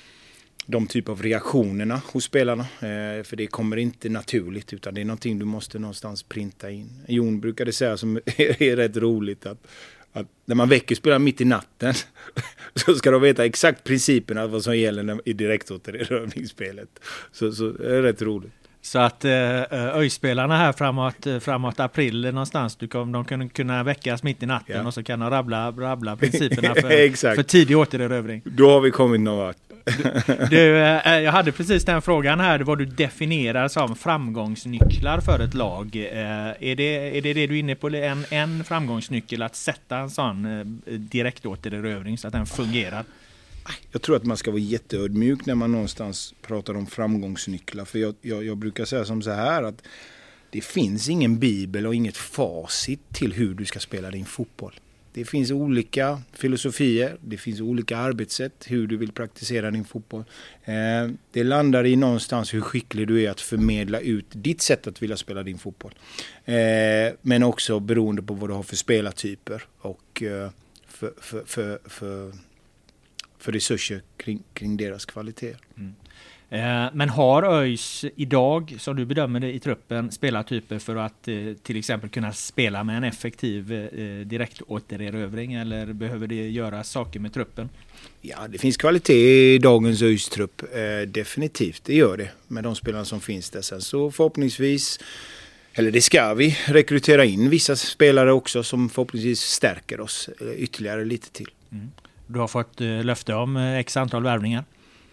de typ av reaktionerna hos spelarna. Eh, för det kommer inte naturligt, utan det är någonting du måste någonstans printa in. Jon brukade säga, som är rätt roligt, att, att när man väcker spelare mitt i natten så ska de veta exakt principerna vad som gäller i direktåtererövningsspelet. Så, så det är rätt roligt. Så att öjspelarna här framåt, framåt april någonstans, du kom, de kan kunna väckas mitt i natten, ja. och så kan de rabbla, rabbla principerna för, för tidig återerövring. Då har vi kommit någon vart. Du, du, jag hade precis den frågan här, vad du definierar som framgångsnycklar för ett lag. Är det är det, det du är inne på, en, en framgångsnyckel att sätta en sån direktåtererövring så att den fungerar? Jag tror att man ska vara jätteödmjuk när man någonstans pratar om framgångsnycklar. För jag, jag, jag brukar säga som så här, att det finns ingen bibel och inget facit till hur du ska spela din fotboll. Det finns olika filosofier, det finns olika arbetssätt hur du vill praktisera din fotboll. Eh, det landar i någonstans hur skicklig du är att förmedla ut ditt sätt att vilja spela din fotboll. Eh, men också beroende på vad du har för spelartyper och eh, för, för, för, för, för resurser kring, kring deras kvalitet. Mm. Men har ÖIS idag, som du bedömer det i truppen, spelartyper för att eh, till exempel kunna spela med en effektiv eh, direktåtererövring, eller behöver det göra saker med truppen? Ja, det finns kvalitet i dagens ÖIS-trupp. Eh, definitivt, det gör det med de spelarna som finns där. Sen så förhoppningsvis, eller det ska vi, rekrytera in vissa spelare också som förhoppningsvis stärker oss ytterligare lite till. Mm. Du har fått eh, löfte om eh, x antal värvningar.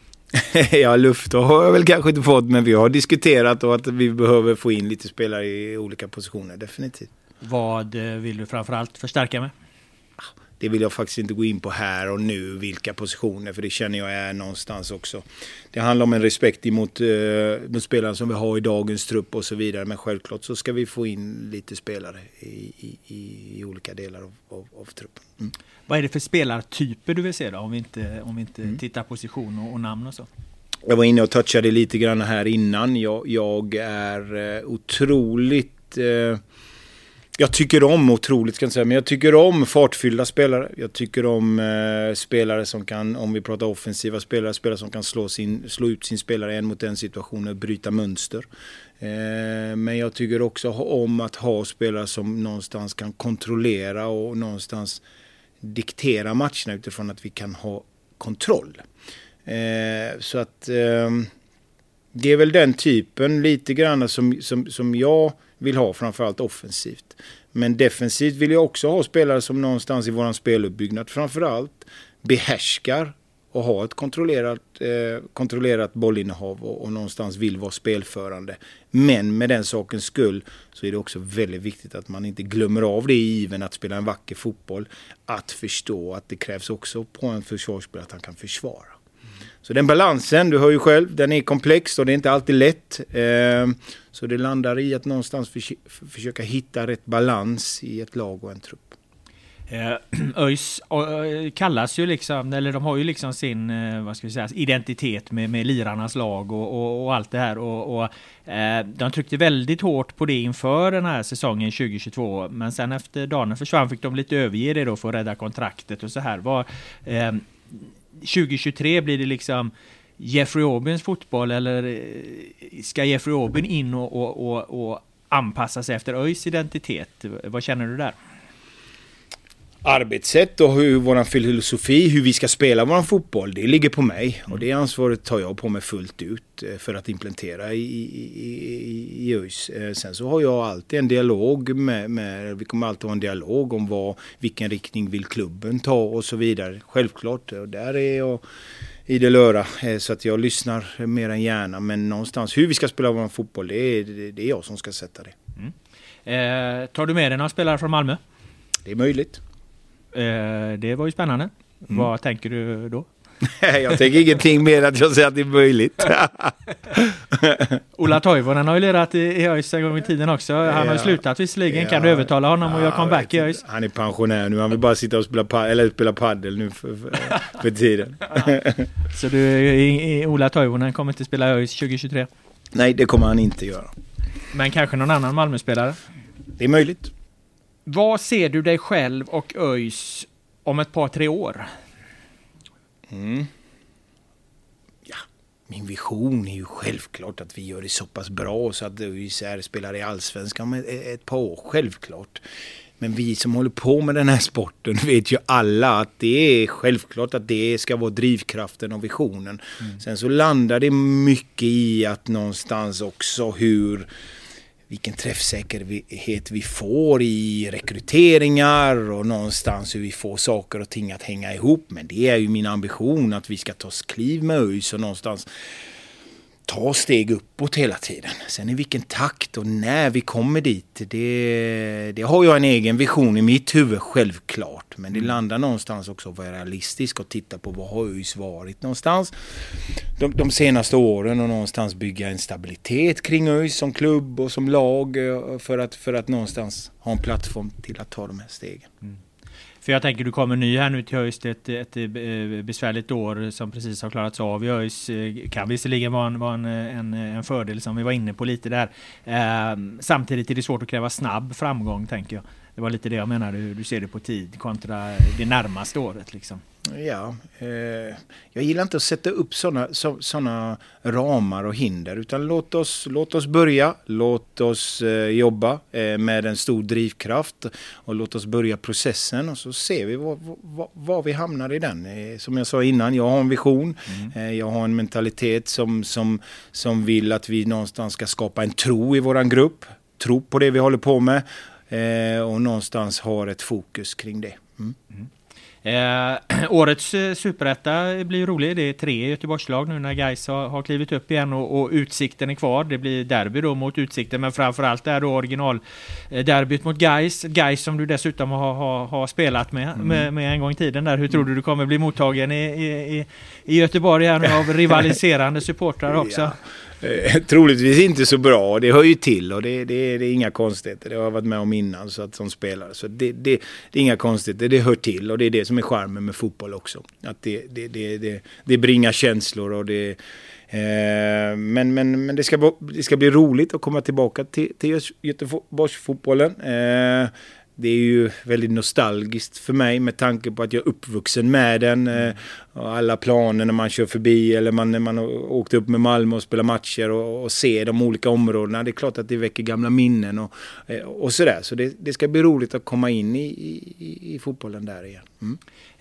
Ja, luft har jag väl kanske inte fått, men vi har diskuterat och att vi behöver få in lite spelare i olika positioner, definitivt. Vad vill du framförallt förstärka med? Det vill jag faktiskt inte gå in på här och nu, vilka positioner, för det känner jag är någonstans också. Det handlar om en respekt emot uh, de spelare som vi har i dagens trupp och så vidare, men självklart så ska vi få in lite spelare i, i, i olika delar av, av, av truppen. Mm. Vad är det för spelartyper du vill se då, om vi inte, om vi inte mm. tittar position och, och namn och så? Jag var inne och touchade lite grann här innan. Jag, jag är uh, otroligt... Uh, Jag tycker om otroligt, kan jag säga, men jag tycker om fartfyllda spelare. Jag tycker om eh, spelare som kan, om vi pratar offensiva spelare, spelare som kan slå, sin, slå ut sin spelare en mot en situation och bryta mönster. Eh, men jag tycker också om att ha spelare som någonstans kan kontrollera och någonstans diktera matcherna utifrån att vi kan ha kontroll. Eh, så att eh, det är väl den typen lite grann som, som, som jag vill ha, framförallt offensivt. Men defensivt vill jag också ha spelare som någonstans i våran speluppbyggnad framförallt behärskar och har ett kontrollerat, eh, kontrollerat bollinnehav och, och någonstans vill vara spelförande. Men med den sakens skull så är det också väldigt viktigt att man inte glömmer av det i iven att spela en vacker fotboll. Att förstå att det krävs också på en försvarsspelare att han kan försvara. Så den balansen, du hör ju själv, den är komplex och det är inte alltid lätt. Eh, så det landar i att någonstans för, försöka hitta rätt balans i ett lag och en trupp. ÖIS kallas ju liksom, eller de har ju liksom sin, vad ska vi säga, identitet med, med lirarnas lag och, och, och allt det här. Och, och eh, de tryckte väldigt hårt på det inför den här säsongen tjugo tjugotvå. Men sen efter dagen försvann fick de lite överge det då för att rädda kontraktet och så här. Var, eh, tjugo tjugotre blir det liksom Jeffrey Aubins fotboll, eller ska Jeffrey Aubin in och, och, och, och anpassa sig efter ÖIS identitet? Vad känner du där? Arbetssätt och hur vår filosofi, hur vi ska spela vår fotboll, det ligger på mig. Och det ansvaret tar jag på mig fullt ut för att implementera i, i, i, i ÖIS. Sen så har jag alltid en dialog med, med, vi kommer alltid ha en dialog om vad, vilken riktning vill klubben ta och så vidare. Självklart, och där är jag idel öra, så att jag lyssnar mer än gärna. Men någonstans hur vi ska spela vår fotboll, det är, det är jag som ska sätta det. Mm. Eh, tar du med dig några spelare från Malmö? Det är möjligt. Eh, det var ju spännande. Mm. Vad tänker du då? Jag tänker ingenting mer att jag säger att det är möjligt. Ola Toivonen har ju lirat i, i ÖIS en gång i tiden också. Han ja. har ju slutat visserligen. Ja. Kan du övertala honom och göra comeback i ÖIS? Han är pensionär nu. Han vill bara sitta och spela, pa- eller spela paddel nu för, för, för tiden. Ja. Så du, i, i, Ola Toivonen kommer inte spela i ÖIS tjugo tjugotre? Nej, det kommer han inte göra. Men kanske någon annan Malmö-spelare? Det är möjligt. Vad ser du dig själv och ÖIS om ett par, tre år? Mm. Ja, min vision är ju självklart att vi gör det så pass bra så att ÖIS spelar i Allsvenskan med ett par år, självklart. Men vi som håller på med den här sporten vet ju alla att det är självklart att det ska vara drivkraften och visionen. Mm. Sen så landar det mycket i att någonstans också hur vilken träffsäkerhet vi får i rekryteringar och någonstans hur vi får saker och ting att hänga ihop. Men det är ju min ambition att vi ska ta kliv med ÖIS och någonstans ta steg uppåt hela tiden. Sen i vilken takt och när vi kommer dit, det, det har jag en egen vision i mitt huvud självklart. Men det landar någonstans också att vara realistisk och titta på vad har ÖIS varit någonstans de, de senaste åren och någonstans bygga en stabilitet kring ÖIS som klubb och som lag för att, för att någonstans ha en plattform till att ta de här stegen. Mm. För jag tänker du kommer ny här nu till ÖIS, ett, ett besvärligt år som precis har klarats av i ÖIS. Kan visserligen vara en, vara en, en, en fördel som vi var inne på lite där. Eh, samtidigt är det svårt att kräva snabb framgång, tänker jag. Det var lite det jag menade, hur du ser det på tid kontra det närmaste året liksom. Ja, eh, jag gillar inte att sätta upp såna, så, såna ramar och hinder utan låt oss, låt oss börja, låt oss eh, jobba eh, med en stor drivkraft och låt oss börja processen och så ser vi var, var, var vi hamnar i den. Eh, som jag sa innan, jag har en vision, mm. eh, jag har en mentalitet som, som, som vill att vi någonstans ska skapa en tro i våran grupp, tro på det vi håller på med eh, och någonstans har ett fokus kring det. Mm. Mm. Eh, årets eh, superetta blir rolig. Det är tre Göteborgslag nu när Gais har, har klivit upp igen och, och Utsikten är kvar. Det blir derby då mot Utsikten, men framförallt är då original eh, derbyt mot Gais. Gais som du dessutom har, har, har spelat med, mm. med, med en gång i tiden där. Hur tror du du kommer bli mottagen i, i, i Göteborg här nu av rivaliserande supportrar också? Ja. Eh, troligtvis inte så bra, det hör ju till och det, det, det är inga konstigheter, det har jag varit med om innan så att, som spelare, så det, det, det är inga konstigheter, det hör till och det är det som är charmen med fotboll också, att det, det, det, det, det bringar känslor och det eh, men, men, men det, ska, det ska bli roligt att komma tillbaka till, till Göteborgsfotbollen. eh, Det är ju väldigt nostalgiskt för mig med tanke på att jag är uppvuxen med den. Mm. Och alla planer när man kör förbi eller man, när man åkte upp med Malmö och spelar matcher och, och ser de olika områdena. Det är klart att det väcker gamla minnen och, och sådär. Så det, det ska bli roligt att komma in i, i, i fotbollen där igen. Mm.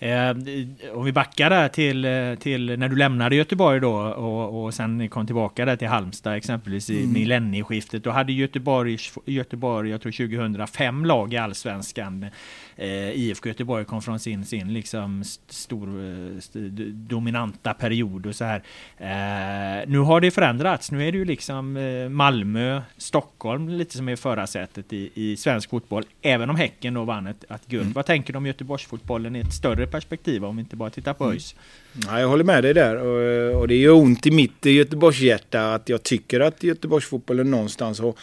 Eh, om vi backar där till, till när du lämnade Göteborg då och, och sen kom tillbaka där till Halmstad exempelvis i mm. millennieskiftet. Då hade Göteborg, Göteborg jag tror tjugohundrafem lag i Allsvenskan. Eh, I F K Göteborg kom från sin, sin liksom stor st- dominanta period och så här. Eh, nu har det förändrats. Nu är det ju liksom eh, Malmö, Stockholm lite som är förarsätet i, i svensk fotboll. Även om Häcken då vann ett, ett guld. Mm. Vad tänker du om Göteborgsfotbollen i ett större perspektiv om vi inte bara tittar på ÖIS? Mm. Ja, jag håller med dig där och, och det är ju ont i mitt Göteborgshjärta att jag tycker att Göteborgsfotbollen någonstans har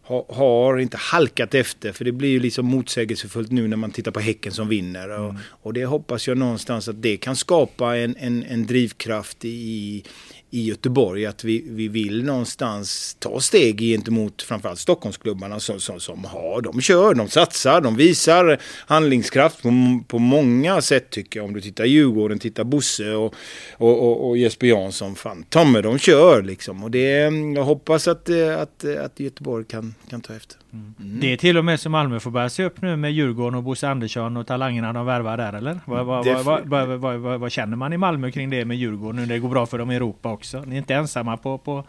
har inte halkat efter, för det blir ju liksom motsägelsefullt nu när man tittar på Häcken som vinner och, mm. och det hoppas jag någonstans att det kan skapa en, en, en drivkraft i, i Göteborg, att vi, vi vill någonstans ta steg gentemot framförallt Stockholmsklubbarna som, som, som har, de kör, de satsar, de visar handlingskraft på, på många sätt tycker jag. Om du tittar Djurgården, tittar Bosse och, och, och, och Jesper Jansson, fan, Tomme, de kör liksom och det, jag hoppas att, att, att Göteborg kan, kan ta efter. Mm. Mm. Det är till och med som Malmö får börja se upp nu med Djurgården och Bosse Andersson och talangerna de värvar där, eller? Vad, vad, vad, vad, vad, vad, vad känner man i Malmö kring det med Djurgården nu när det går bra för dem i Europa också? Ni är inte ensamma på, på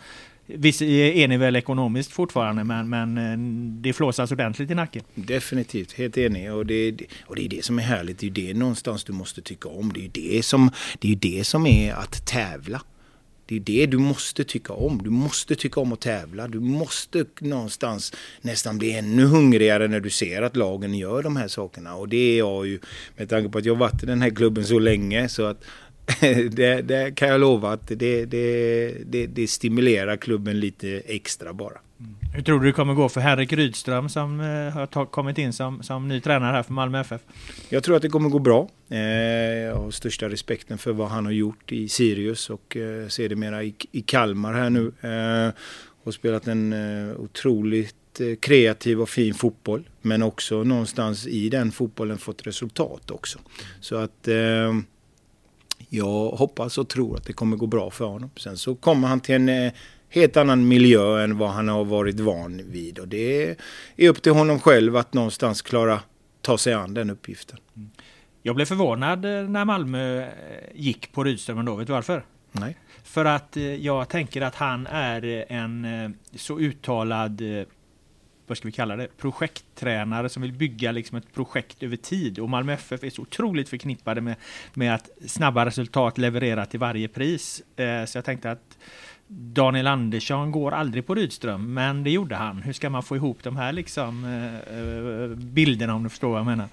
visst är ni väl ekonomiskt fortfarande, men, men det flåsas ordentligt i nacken. Definitivt, helt enig. Och det, och det är det som är härligt. Det är det någonstans du måste tycka om. Det är det som, det är det som är att tävla. Det är det du måste tycka om. Du måste tycka om att tävla. Du måste någonstans nästan bli ännu hungrigare när du ser att lagen gör de här sakerna. Och det är jag ju, med tanke på att jag har varit i den här klubben så länge, så att det, det kan jag lova att det, det, det, det stimulerar klubben lite extra bara. Mm. Hur tror du det kommer gå för Henrik Rydström som eh, har ta- kommit in som, som ny tränare här för Malmö F F? Jag tror att det kommer gå bra. Eh, jag har största respekten för vad han har gjort i Sirius och eh, sedermera i, i Kalmar här nu. Eh, och spelat en eh, otroligt eh, kreativ och fin fotboll. Men också någonstans i den fotbollen fått resultat också. Så att eh, jag hoppas och tror att det kommer gå bra för honom. Sen så kommer han till en eh, helt annan miljö än vad han har varit van vid. Och det är upp till honom själv att någonstans klara ta sig an den uppgiften. Jag blev förvånad när Malmö gick på Rydström då. Vet du varför? Nej. För att jag tänker att han är en så uttalad, vad ska vi kalla det, projekttränare som vill bygga liksom ett projekt över tid. Och Malmö F F är så otroligt förknippade med, med att snabba resultat leverera till varje pris. Så jag tänkte att Daniel Andersson går aldrig på Rydström, men det gjorde han. Hur ska man få ihop de här liksom, eh, bilderna, om du förstår vad jag menar?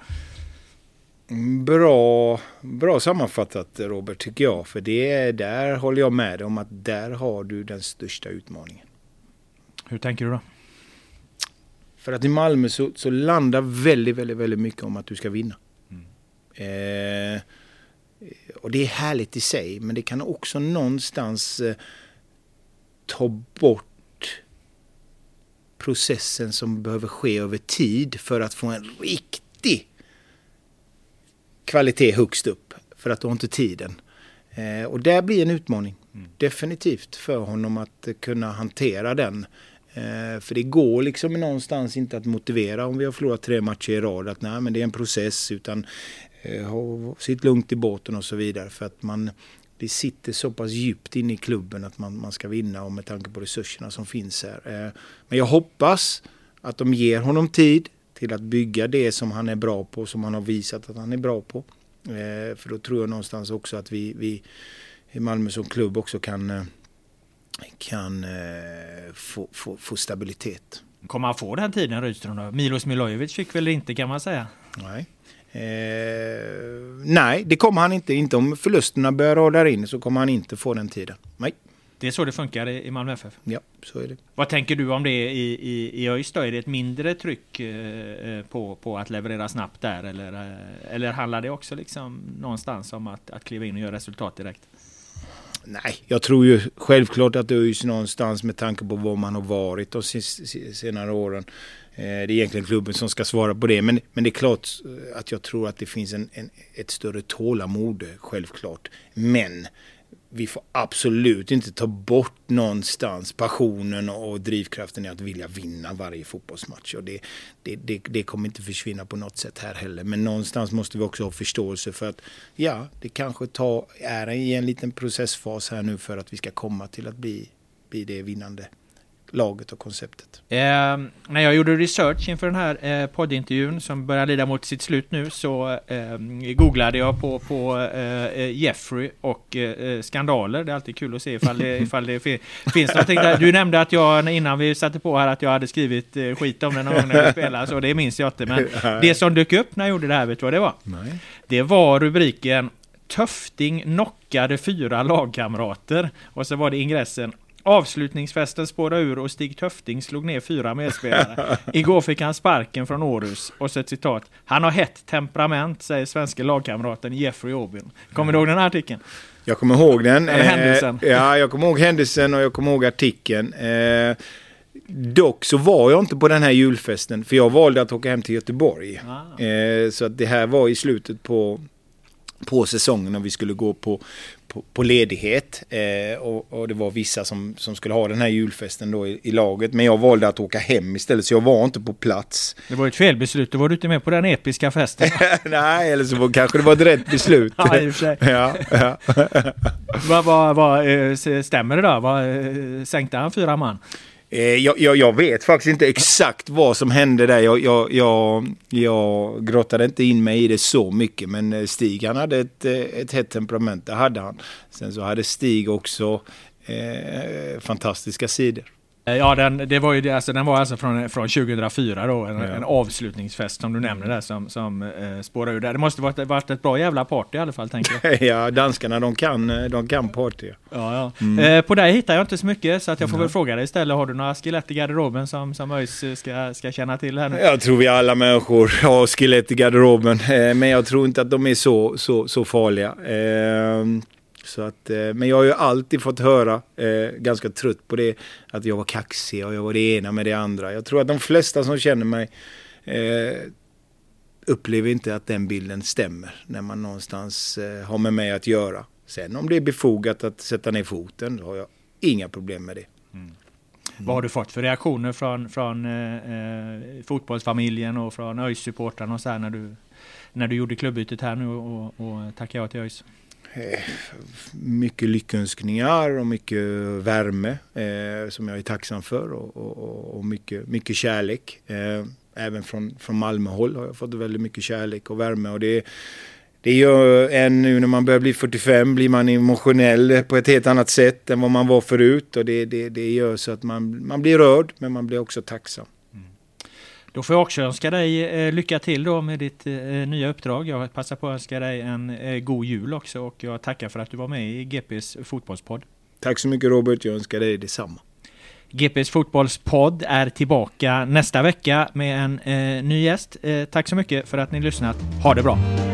Bra, bra sammanfattat, Robert, tycker jag. För det är, där håller jag med om att där har du den största utmaningen. Hur tänker du då? För att i Malmö så, så landar väldigt, väldigt, väldigt mycket om att du ska vinna. Mm. Eh, och det är härligt i sig, men det kan också någonstans eh, ta bort processen som behöver ske över tid för att få en riktig kvalitet högst upp, för att du har inte tiden. Eh, och där blir en utmaning. Mm. Definitivt för honom att kunna hantera den. Eh, för det går liksom någonstans inte att motivera om vi har förlorat tre matcher i rad att nej, men det är en process, utan eh, sitt lugnt i båten och så vidare, för att man det sitter så pass djupt in i klubben att man, man ska vinna, och med tanke på resurserna som finns här. Eh, men jag hoppas att de ger honom tid till att bygga det som han är bra på, som han har visat att han är bra på. Eh, för då tror jag någonstans också att vi, vi i Malmö som klubb också kan, kan eh, få, få, få stabilitet. Kommer han få den tiden, Rydström då? Milos Milojevic fick väl inte, kan man säga? Nej. Eh, nej, det kommer han inte. Inte om förlusterna börjar rada in, så kommer han inte få den tiden. Nej. Det är så det funkar i Malmö F F? Ja, så är det. Vad tänker du om det i, i, i ÖIS då? Är det ett mindre tryck eh, på, på att leverera snabbt där? Eller, eh, eller handlar det också liksom någonstans om att, att kliva in och göra resultat direkt? Nej, jag tror ju självklart att ÖIS någonstans, med tanke på vad man har varit de senare åren. Eh, det är egentligen klubben som ska svara på det. Men, men det är klart att jag tror att det finns en, en, ett större tålamod, självklart. Men vi får absolut inte ta bort någonstans passionen och drivkraften i att vilja vinna varje fotbollsmatch. Och det, det, det, det kommer inte försvinna på något sätt här heller. Men någonstans måste vi också ha förståelse för att ja, det kanske tar, är i en liten processfas här nu för att vi ska komma till att bli, bli det vinnande laget och konceptet. Eh, när jag gjorde research inför den här eh, poddintervjun som börjar lida mot sitt slut nu, så eh, googlade jag på, på eh, Jeffrey och eh, skandaler. Det är alltid kul att se ifall det, ifall det fin- finns någonting där. Du nämnde att jag, innan vi satte på här, att jag hade skrivit eh, skit om den någon gång när vi spelade, så det minns jag inte. Men det som dök upp när jag gjorde det här, vet du vad det var? Nej. Det var rubriken Töfting knockade fyra lagkamrater, och så var det ingressen: avslutningsfesten spårade ur och Stig Töfting slog ner fyra medspelare. Igår fick han sparken från Århus. Och så ett citat: han har hett temperament, säger svenska lagkamraten Jeffrey Aubin. Kommer du ihåg den här artikeln? Jag kommer ihåg den. Eller händelsen. Eh, ja, jag kommer ihåg händelsen och jag kommer ihåg artikeln. Eh, dock så var jag inte på den här julfesten, för jag valde att åka hem till Göteborg. Ah. Eh, så att det här var i slutet på på säsongen och vi skulle gå på, på, på ledighet. Eh, och, och det var vissa som, som skulle ha den här julfesten då i, i laget. Men jag valde att åka hem istället, så jag var inte på plats. Det var ett felbeslut, du var inte med på den episka festen. Nej, eller så var, kanske det var ett rätt beslut. Ja, i och för sig. Ja, ja. vad, vad, vad, stämmer det då? Vad, sänkte han fyra man? Jag, jag, jag vet faktiskt inte exakt vad som hände där. Jag, jag, jag, jag grottade inte in mig i det så mycket. Men Stig, han hade ett, ett hett temperament. Det hade han. Sen så hade Stig också eh, fantastiska sidor. Ja, den, det var ju det, alltså, den var alltså från, från tjugohundrafyra då, en, ja. en avslutningsfest som du nämnde där som, som eh, spårar ur där. Det måste varit, varit ett bra jävla party i alla fall, tänker jag. Ja, danskarna, de kan, de kan party. Ja, ja. Mm. Eh, på dig hittar jag inte så mycket, så att jag får mm. väl fråga dig istället. Har du några skelett i garderoben som, som ÖIS ska, ska känna till här nu? Jag tror vi alla människor har skelett i garderoben, eh, men jag tror inte att de är så, så, så farliga. Eh, Så att, men jag har ju alltid fått höra, eh, ganska trött på det, att jag var kaxig och jag var det ena med det andra. Jag tror att de flesta som känner mig eh, upplever inte att den bilden stämmer när man någonstans eh, har med mig att göra. Sen om det är befogat att sätta ner foten, då har jag inga problem med det. Mm. Mm. Vad har du fått för reaktioner från, från eh, fotbollsfamiljen och från ÖIS-supportrarna och så här när du, när du gjorde klubbytet här nu och, och, och tackade jag till ÖIS? Mycket lyckönskningar och mycket värme eh, som jag är tacksam för och, och, och mycket, mycket kärlek. Eh, även från, från Malmöhåll har jag fått väldigt mycket kärlek och värme, och det, det gör en nu när man börjar bli fyrtiofem, blir man emotionell på ett helt annat sätt än vad man var förut, och det, det, det gör så att man, man blir rörd, men man blir också tacksam. Då får jag också önska dig eh, lycka till då med ditt eh, nya uppdrag. Jag passar på att önska dig en eh, god jul också, och jag tackar för att du var med i G P:s fotbollspodd. Tack så mycket Robert, jag önskar dig detsamma. G P:s fotbollspodd är tillbaka nästa vecka med en eh, ny gäst. Eh, tack så mycket för att ni lyssnat. Ha det bra!